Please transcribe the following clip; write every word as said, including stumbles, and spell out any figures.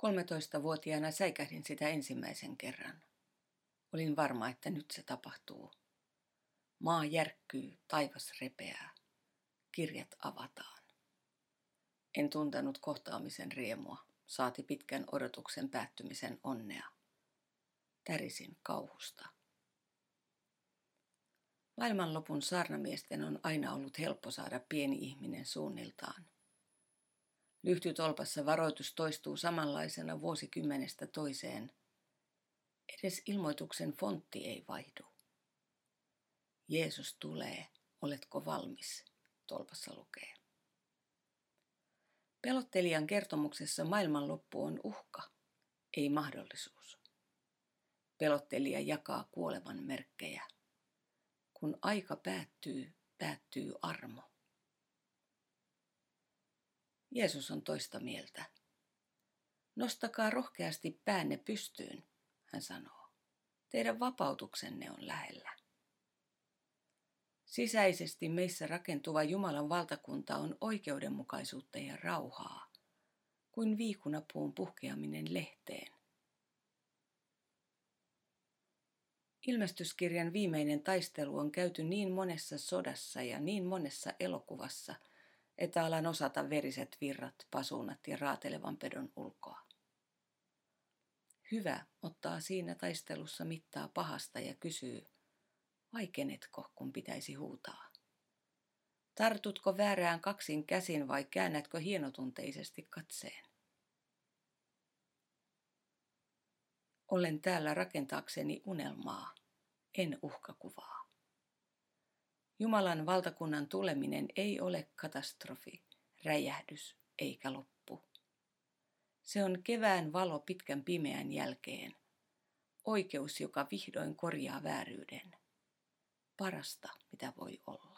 Kolmetoistavuotiaana säikähdin sitä ensimmäisen kerran. Olin varma, että nyt se tapahtuu. Maa järkkyy, taivas repeää. Kirjat avataan. En tuntenut kohtaamisen riemua, saati pitkän odotuksen päättymisen onnea. Tärisin kauhusta. Maailmanlopun saarnamiesten on aina ollut helppo saada pieni ihminen suunniltaan. Lyhtytolpassa varoitus toistuu samanlaisena vuosikymmenestä toiseen. Edes ilmoituksen fontti ei vaihdu. Jeesus tulee, oletko valmis, tolpassa lukee. Pelottelijan kertomuksessa maailmanloppu on uhka, ei mahdollisuus. Pelottelija jakaa kuolevan merkkejä. Kun aika päättyy, päättyy armo. Jeesus on toista mieltä. Nostakaa rohkeasti päänne pystyyn, hän sanoo. Teidän vapautuksenne on lähellä. Sisäisesti meissä rakentuva Jumalan valtakunta on oikeudenmukaisuutta ja rauhaa, kuin viikunapuun puhkeaminen lehteen. Ilmestyskirjan viimeinen taistelu on käyty niin monessa sodassa ja niin monessa elokuvassa, että alan osata veriset virrat, pasunat ja raatelevan pedon ulkoa. Hyvä ottaa siinä taistelussa mittaa pahasta ja kysyy, vaikenetko, kun pitäisi huutaa? Tartutko väärään kaksin käsin vai käännätkö hienotunteisesti katseen? Olen täällä rakentaakseni unelmaa, en uhkakuvaa. Jumalan valtakunnan tuleminen ei ole katastrofi, räjähdys eikä loppu. Se on kevään valo pitkän pimeän jälkeen. Oikeus, joka vihdoin korjaa vääryyden. Parasta, mitä voi olla.